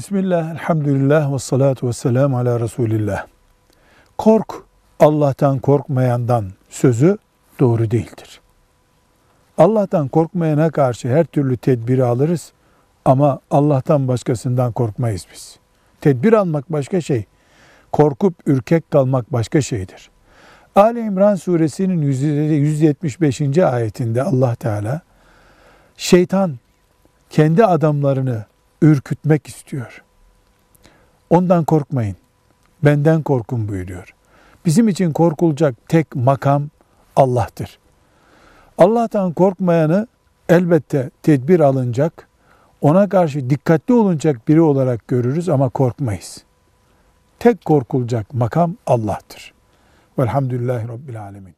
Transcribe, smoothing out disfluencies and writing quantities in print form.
Bismillah, elhamdülillah ve salatu ve selamu ala Resulillah. Kork, Allah'tan korkmayandan sözü doğru değildir. Allah'tan korkmayana karşı her türlü tedbiri alırız ama Allah'tan başkasından korkmayız biz. Tedbir almak başka şey, korkup ürkek kalmak başka şeydir. Ali İmran suresinin 175. ayetinde Allah Teala, şeytan kendi adamlarını ürkütmek istiyor. Ondan korkmayın, benden korkun buyuruyor. Bizim için korkulacak tek makam Allah'tır. Allah'tan korkmayanı elbette tedbir alınacak, ona karşı dikkatli olunacak biri olarak görürüz ama korkmayız. Tek korkulacak makam Allah'tır. Velhamdülillahi Rabbil Alemin.